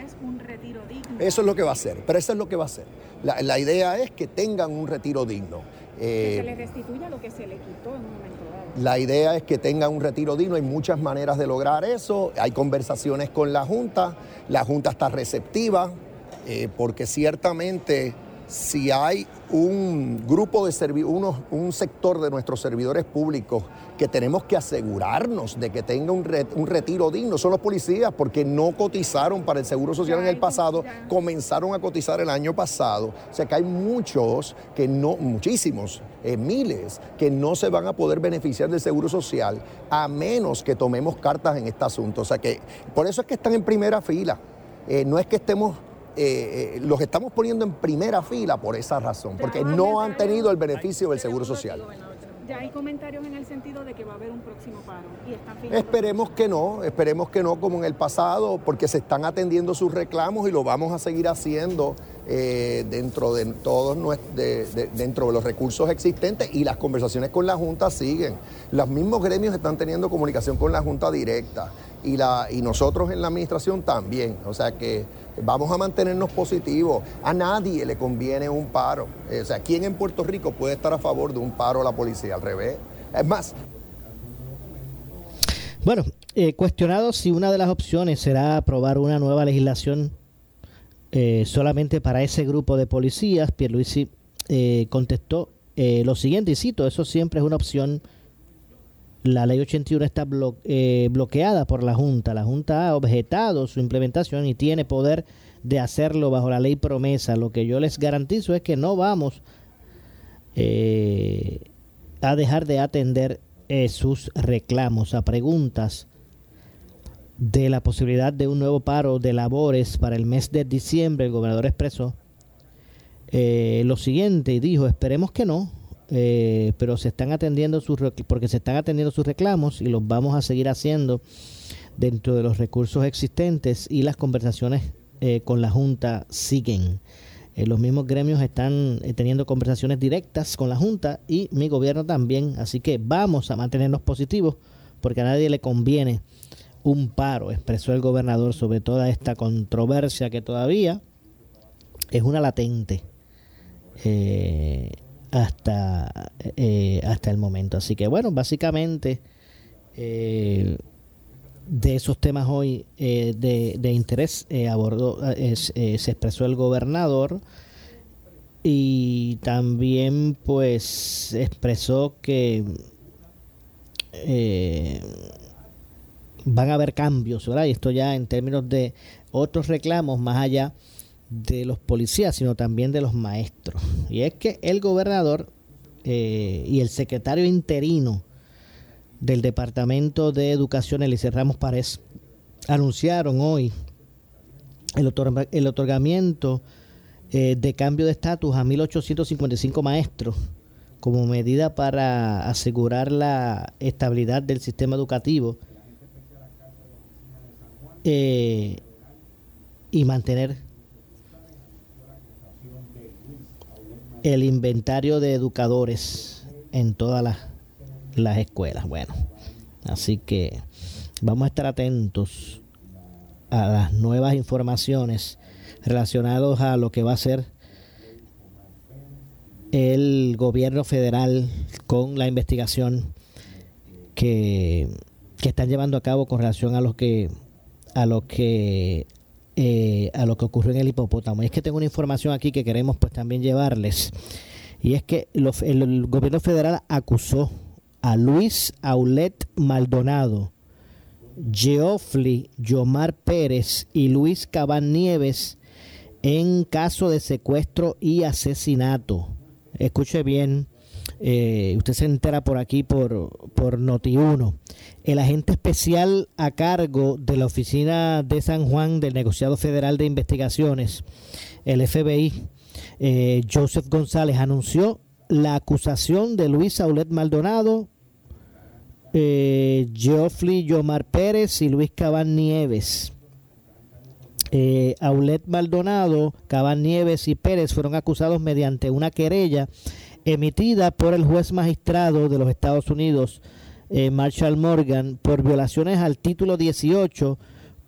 es un retiro digno. Eso es lo que va a hacer, pero eso es lo que va a hacer. La, la idea es que tengan un retiro digno. Que Eh, se les restituya lo que se le quitó en un momento dado. La idea es que tengan un retiro digno. Hay muchas maneras de lograr eso. Hay conversaciones con la Junta. La Junta está receptiva eh, porque ciertamente si hay un grupo de servi- unos, un sector de nuestros servidores públicos que tenemos que asegurarnos de que tenga un, re- un retiro digno, son los policías, porque no cotizaron para el Seguro Social en el pasado, comenzaron a cotizar el año pasado. O sea que hay muchos que no, muchísimos, eh, miles, que no se van a poder beneficiar del Seguro Social a menos que tomemos cartas en este asunto. O sea que por eso es que están en primera fila. Eh, no es que estemos Eh, eh, los estamos poniendo en primera fila por esa razón, porque no han tenido el beneficio del Seguro Social. Ya hay comentarios en el sentido de que va a haber un próximo paro y están fijando- Esperemos que no, esperemos que no como en el pasado, porque se están atendiendo sus reclamos y lo vamos a seguir haciendo eh, dentro de todos nues- de, de- dentro de los recursos existentes, y las conversaciones con la Junta siguen. Los mismos gremios están teniendo comunicación con la Junta directa y, la, y nosotros en la administración también. O sea que vamos a mantenernos positivos. A nadie le conviene un paro. Eh, o sea, ¿quién en Puerto Rico puede estar a favor de un paro a la policía? Al revés. Es más, Bueno, eh, cuestionado si una de las opciones será aprobar una nueva legislación eh, solamente para ese grupo de policías, Pierluisi eh, contestó eh, lo siguiente, y cito: eso siempre es una opción. La ley ochenta y uno está blo- eh, bloqueada por la Junta. La Junta ha objetado su implementación y tiene poder de hacerlo bajo la ley promesa. Lo que yo les garantizo es que no vamos eh, a dejar de atender eh, sus reclamos. A preguntas de la posibilidad de un nuevo paro de labores para el mes de diciembre, el gobernador expresó eh, lo siguiente y dijo: esperemos que no. Eh, pero se están atendiendo sus rec- porque se están atendiendo sus reclamos y los vamos a seguir haciendo dentro de los recursos existentes, y las conversaciones eh, con la Junta siguen. Eh, los mismos gremios están eh, teniendo conversaciones directas con la Junta y mi gobierno también, así que vamos a mantenernos positivos porque a nadie le conviene un paro, expresó el gobernador sobre toda esta controversia que todavía es una latente eh, hasta eh, hasta el momento. Así que bueno, básicamente eh, de esos temas hoy eh, de, de interés eh, abordó eh, eh, se expresó el gobernador, y también pues expresó que eh, van a haber cambios, ¿verdad? Y esto ya en términos de otros reclamos más allá de los policías, sino también de los maestros. Y es que el gobernador eh, y el secretario interino del Departamento de Educación, Eliezer Ramos Párez, anunciaron hoy el, otorga, el otorgamiento eh, de cambio de estatus a mil ochocientos cincuenta y cinco maestros como medida para asegurar la estabilidad del sistema educativo eh, y mantener el inventario de educadores en todas las, las escuelas. Bueno, así que vamos a estar atentos a las nuevas informaciones relacionadas a lo que va a ser el gobierno federal con la investigación que, que están llevando a cabo con relación a lo que a lo que Eh, a lo que ocurrió en el hipopótamo. Y es que tengo una información aquí que queremos pues también llevarles, y es que lo, el, el gobierno federal acusó a Luis Aulet Maldonado, Geoffrey Yomar Pérez y Luis Cabán Nieves en caso de secuestro y asesinato. Escuche bien, eh, usted se entera por aquí por, por Noti uno. El agente especial a cargo de la Oficina de San Juan del Negociado Federal de Investigaciones, el F B I, eh, Joseph González, anunció la acusación de Luis Aulet Maldonado, eh, Geoffrey Yomar Pérez y Luis Cabán Nieves. Eh, Aulet Maldonado, Cabán Nieves y Pérez fueron acusados mediante una querella emitida por el juez magistrado de los Estados Unidos, eh, Marshall Morgan, por violaciones al título dieciocho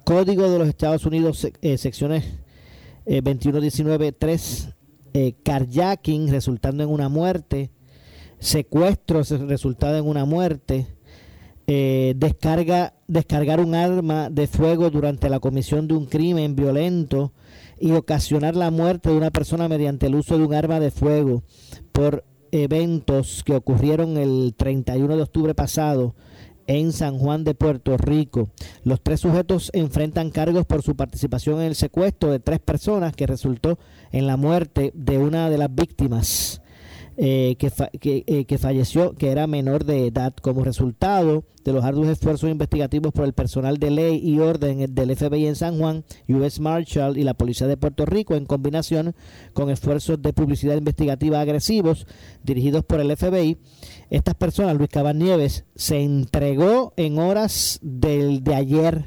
Código de los Estados Unidos, eh, secciones eh, veintiuno diecinueve tres, eh, carjacking resultando en una muerte, secuestro resultado en una muerte, eh, descarga, descargar un arma de fuego durante la comisión de un crimen violento y ocasionar la muerte de una persona mediante el uso de un arma de fuego por eventos que ocurrieron el treinta y uno de octubre pasado en San Juan de Puerto Rico. Los tres sujetos enfrentan cargos por su participación en el secuestro de tres personas que resultó en la muerte de una de las víctimas eh, que, fa- que, eh, que falleció, que era menor de edad. Como resultado de los arduos esfuerzos investigativos por el personal de ley y orden del F B I en San Juan, U S Marshal y la Policía de Puerto Rico, en combinación con esfuerzos de publicidad investigativa agresivos dirigidos por el F B I, estas personas, Luis Cabán Nieves, se entregó en horas del, de ayer.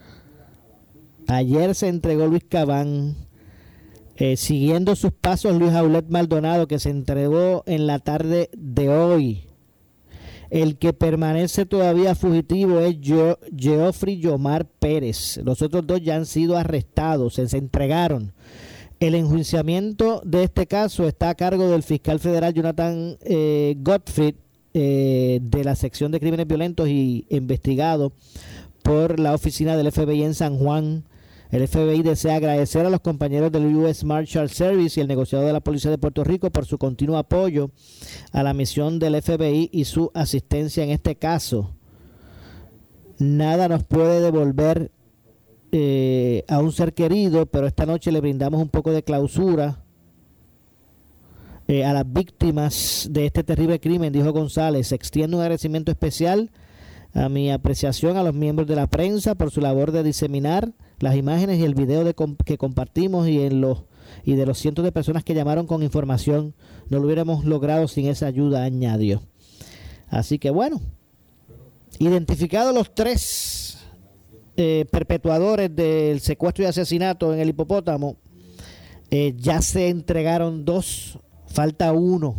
Ayer se entregó Luis Cabán. Eh, siguiendo sus pasos, Luis Aulet Maldonado, que se entregó en la tarde de hoy. El que permanece todavía fugitivo es Geo- Geoffrey Yomar Pérez. Los otros dos ya han sido arrestados, se, se entregaron. El enjuiciamiento de este caso está a cargo del fiscal federal Jonathan eh, Gottfried, eh, de la sección de crímenes violentos y investigado por la oficina del F B I en San Juan. El F B I desea agradecer a los compañeros del U S Marshal Service y el negociador de la Policía de Puerto Rico por su continuo apoyo a la misión del F B I y su asistencia en este caso. Nada nos puede devolver eh, a un ser querido, pero esta noche le brindamos un poco de clausura eh, a las víctimas de este terrible crimen, dijo González. Extiendo un agradecimiento especial a mi apreciación a los miembros de la prensa por su labor de diseminar las imágenes y el video de comp- que compartimos y en los y de los cientos de personas que llamaron con información. No lo hubiéramos logrado sin esa ayuda, añadió. Así que bueno, identificados los tres eh, perpetuadores del secuestro y asesinato en el Hipopótamo, eh, ya se entregaron dos, falta uno.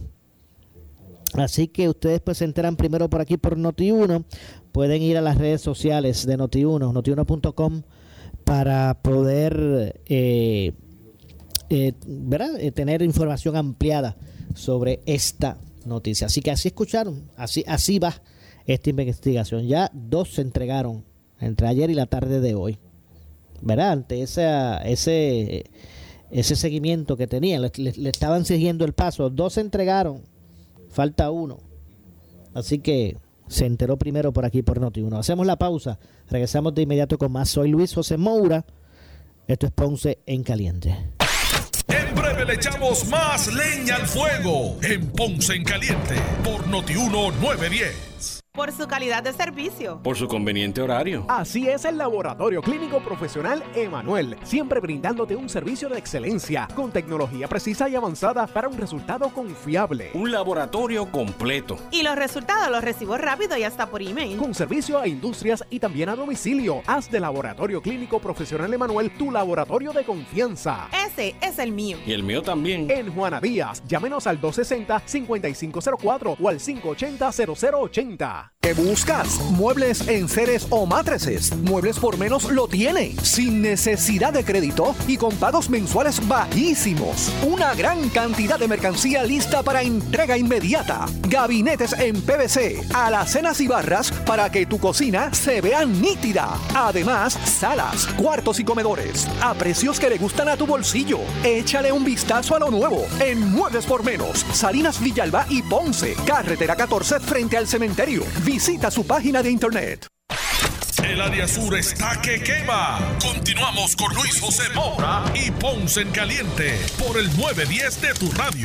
Así que ustedes pues se enteran primero por aquí por Noti uno. Pueden ir a las redes sociales de Noti uno, noti uno punto com, para poder eh, eh, ¿verdad? Eh, tener información ampliada sobre esta noticia. Así que así escucharon, así, así va esta investigación. Ya dos se entregaron entre ayer y la tarde de hoy, ¿verdad? Ante esa, ese, ese seguimiento que tenían, le, le, le estaban siguiendo el paso. Dos se entregaron, falta uno. Así que se enteró primero por aquí por Noti uno. Hacemos la pausa, regresamos de inmediato con más. Soy Luis José Moura, esto es Ponce en Caliente. En breve le echamos más leña al fuego en Ponce en Caliente por Noti uno nueve diez. Por su calidad de servicio. Por su conveniente horario. Así es el Laboratorio Clínico Profesional Emanuel, siempre brindándote un servicio de excelencia con tecnología precisa y avanzada para un resultado confiable. Un laboratorio completo. Y los resultados los recibo rápido y hasta por email. Con servicio a industrias y también a domicilio. Haz de Laboratorio Clínico Profesional Emanuel tu laboratorio de confianza. Ese es el mío. Y el mío también. En Juana Díaz, llámenos al dos sesenta, cincuenta y cinco cero cuatro o al cinco ochenta, cero cero ochenta. ¿Qué buscas? Muebles, enseres o matrices. Muebles por menos lo tiene. Sin necesidad de crédito y con pagos mensuales bajísimos. Una gran cantidad de mercancía lista para entrega inmediata. Gabinetes en P V C, alacenas y barras para que tu cocina se vea nítida. Además, salas, cuartos y comedores a precios que le gustan a tu bolsillo. Échale un vistazo a lo nuevo en Muebles por Menos, Salinas, Villalba y Ponce. Carretera catorce frente al cementerio. Visita su página de internet. El área sur está que quema. Continuamos con Luis José Moura y Ponce en Caliente por el nueve diez de tu radio.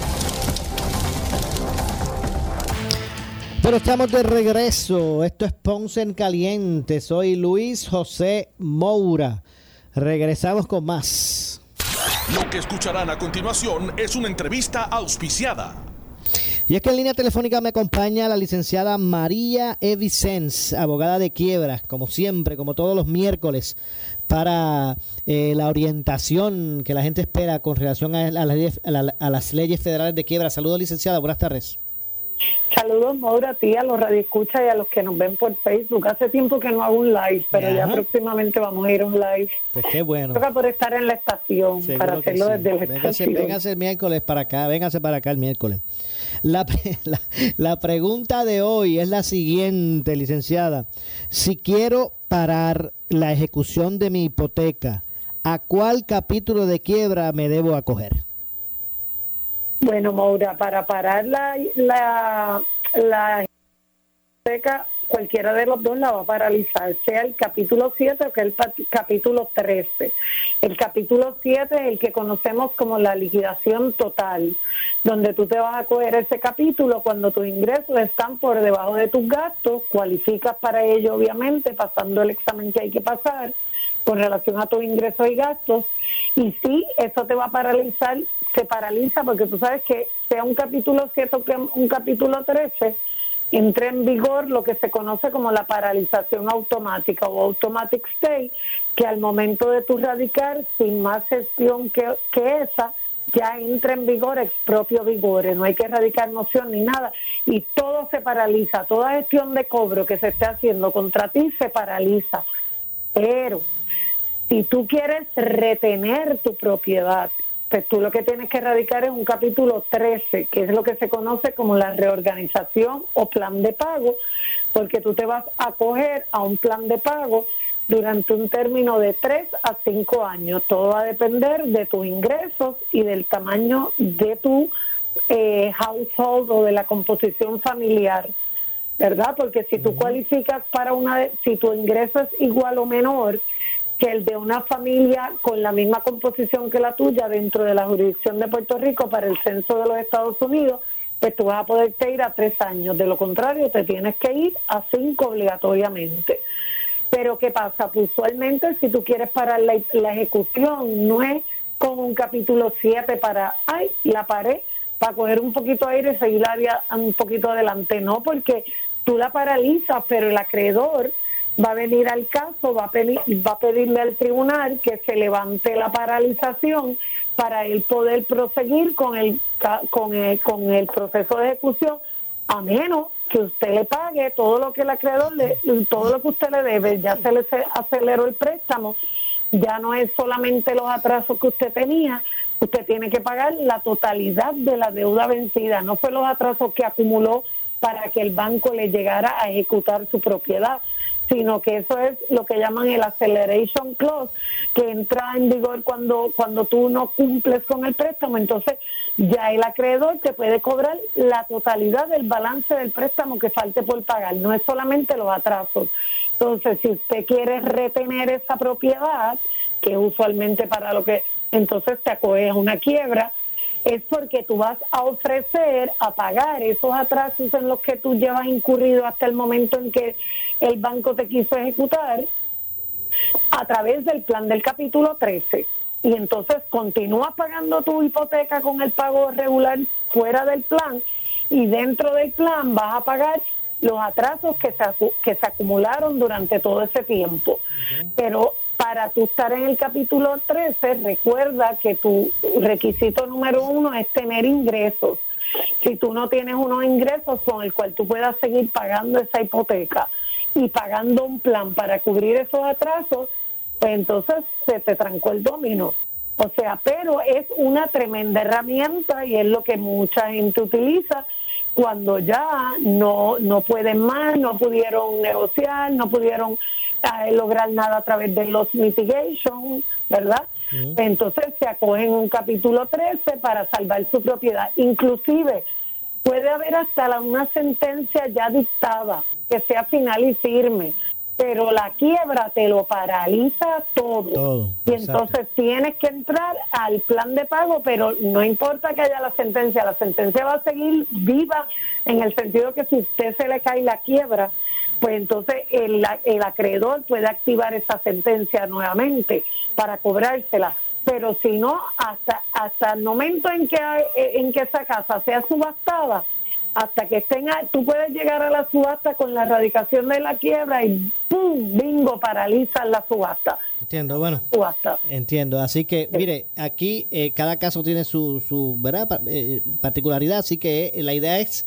Bueno, estamos de regreso. Esto es Ponce en Caliente. Soy Luis José Moura. Regresamos con más. Lo que escucharán a continuación es una entrevista auspiciada. Y es que en línea telefónica me acompaña la licenciada María E. Vicens, abogada de quiebras, como siempre, como todos los miércoles, para eh, la orientación que la gente espera con relación a, a, las, a, la, a las leyes federales de quiebra. Saludos, licenciada, buenas tardes. Saludos, Maura, a ti, a los radioescuchas y a los que nos ven por Facebook. Hace tiempo que no hago un live, pero Ajá. ya próximamente vamos a ir a un live. Pues qué bueno. Toca por estar en la estación, Seguro para hacerlo sí. desde la Véngase, estación. véngase el miércoles para acá, véngase para acá el miércoles. La, la, la pregunta de hoy es la siguiente, licenciada. Si quiero parar la ejecución de mi hipoteca, ¿a cuál capítulo de quiebra me debo acoger? Bueno, Maura, para parar la, la, la hipoteca, cualquiera de los dos la va a paralizar, sea el capítulo siete o que el pa- capítulo trece. El capítulo siete es el que conocemos como la liquidación total, donde tú te vas a coger ese capítulo cuando tus ingresos están por debajo de tus gastos, cualificas para ello obviamente, pasando el examen que hay que pasar con relación a tus ingresos y gastos, y sí, eso te va a paralizar, se paraliza porque tú sabes que sea un capítulo siete o que un capítulo trece, entra en vigor lo que se conoce como la paralización automática o automatic stay, que al momento de tu radicar, sin más gestión que, que esa, ya entra en vigor ex propio vigore, no hay que radicar moción ni nada, y todo se paraliza, toda gestión de cobro que se esté haciendo contra ti se paraliza. Pero si tú quieres retener tu propiedad, pues tú lo que tienes que radicar es un capítulo trece, que es lo que se conoce como la reorganización o plan de pago, porque tú te vas a acoger a un plan de pago durante un término de tres a cinco años. Todo va a depender de tus ingresos y del tamaño de tu eh, household o de la composición familiar, ¿verdad? Porque si tú cualificas para una, de, si tu ingreso es igual o menor que el de una familia con la misma composición que la tuya dentro de la jurisdicción de Puerto Rico para el censo de los Estados Unidos, pues tú vas a poderte ir a tres años. De lo contrario, te tienes que ir a cinco obligatoriamente. Pero ¿qué pasa? Pues usualmente si tú quieres parar la, la ejecución, no es con un capítulo siete para, ay, la paré, para coger un poquito de aire y seguir la, un poquito adelante. No, porque tú la paralizas, pero el acreedor va a venir al caso, va a, pedir, va a pedirle al tribunal que se levante la paralización para él poder proseguir con el, con el, con el proceso de ejecución, a menos que usted le pague todo lo que el acreedor, le, todo lo que usted le debe. Ya se le aceleró el préstamo, ya no es solamente los atrasos que usted tenía, usted tiene que pagar la totalidad de la deuda vencida, no fue los atrasos que acumuló para que el banco le llegara a ejecutar su propiedad, sino que eso es lo que llaman el acceleration clause, que entra en vigor cuando cuando tú no cumples con el préstamo. Entonces ya el acreedor te puede cobrar la totalidad del balance del préstamo que falte por pagar, no es solamente los atrasos. Entonces, si usted quiere retener esa propiedad, que usualmente para lo que entonces te acoges a una quiebra, es porque tú vas a ofrecer a pagar esos atrasos en los que tú llevas incurrido hasta el momento en que el banco te quiso ejecutar a través del plan del capítulo trece. Y entonces continúas pagando tu hipoteca con el pago regular fuera del plan, y dentro del plan vas a pagar los atrasos que se, que se acumularon durante todo ese tiempo. Okay. Pero para tú estar en el capítulo trece, recuerda que tu requisito número uno es tener ingresos. Si tú no tienes unos ingresos con el cual tú puedas seguir pagando esa hipoteca y pagando un plan para cubrir esos atrasos, pues entonces se te trancó el dominó. O sea, pero es una tremenda herramienta y es lo que mucha gente utiliza cuando ya no, no pueden más, no pudieron negociar, no pudieron eh, lograr nada a través de los mitigation, ¿verdad? Uh-huh. Entonces se acogen un capítulo trece para salvar su propiedad. Inclusive puede haber hasta la, una sentencia ya dictada que sea final y firme, pero la quiebra te lo paraliza todo. todo y entonces exacto. Tienes que entrar al plan de pago, pero no importa que haya la sentencia, la sentencia va a seguir viva en el sentido que si usted se le cae la quiebra, pues entonces el, el acreedor puede activar esa sentencia nuevamente para cobrársela. Pero si no, hasta hasta el momento en que en que esa casa sea subastada, hasta que estén, tú puedes llegar a la subasta con la erradicación de la quiebra y ¡pum! Bingo, paralizan la subasta. Entiendo, bueno. Subasta. Entiendo, así que, sí. Mire, aquí eh, cada caso tiene su, su ¿verdad? Pa- eh, particularidad, así que eh, la idea es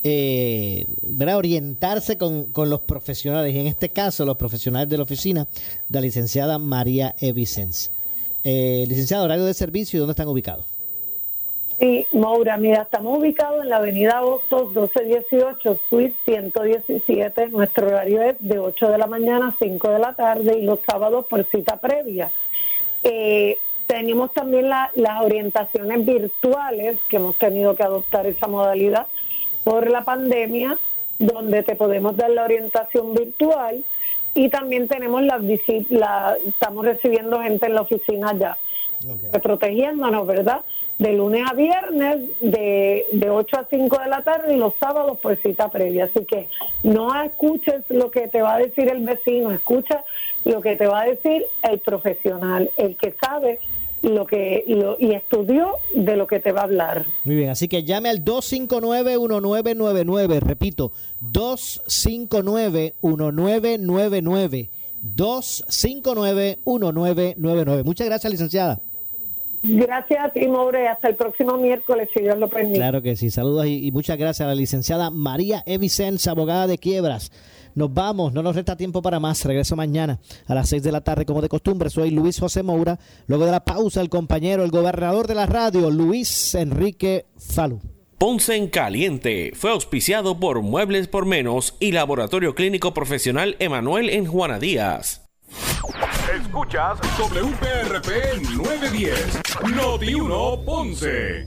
eh, ¿verdad? orientarse con, con los profesionales, y en este caso los profesionales de la oficina de la licenciada María E. Vicens. Eh, licenciada, horario de servicio, ¿dónde están ubicados? Sí, Moura, mira, estamos ubicados en la avenida Hostos doce dieciocho, suite ciento diecisiete. Nuestro horario es de ocho de la mañana a cinco de la tarde y los sábados por cita previa. Eh, tenemos también la, las orientaciones virtuales, que hemos tenido que adoptar esa modalidad por la pandemia, donde te podemos dar la orientación virtual, y también tenemos las visitas, la, estamos recibiendo gente en la oficina ya, okay. protegiéndonos, ¿verdad? De lunes a viernes, de, de ocho a cinco de la tarde, y los sábados por cita previa. Así que no escuches lo que te va a decir el vecino, escucha lo que te va a decir el profesional, el que sabe lo que lo, y estudió de lo que te va a hablar. Muy bien, así que llame al dos cinco nueve, uno nueve nueve nueve, repito, dos cinco nueve, uno nueve nueve nueve, dos cinco nueve, uno nueve nueve nueve. Muchas gracias, licenciada. Gracias a ti, Moure, hasta el próximo miércoles, si Dios lo permite. Claro que sí, saludos y, y muchas gracias a la licenciada María E. Vicens, abogada de quiebras. Nos vamos, no nos resta tiempo para más. Regreso mañana a las seis de la tarde, como de costumbre. Soy Luis José Moura. Luego de la pausa, el compañero, el gobernador de la radio, Luis Enrique Falú. Ponce en Caliente fue auspiciado por Muebles por Menos y Laboratorio Clínico Profesional Emanuel en Juana Díaz. Escuchas W P R P nueve diez, Noti uno Ponce.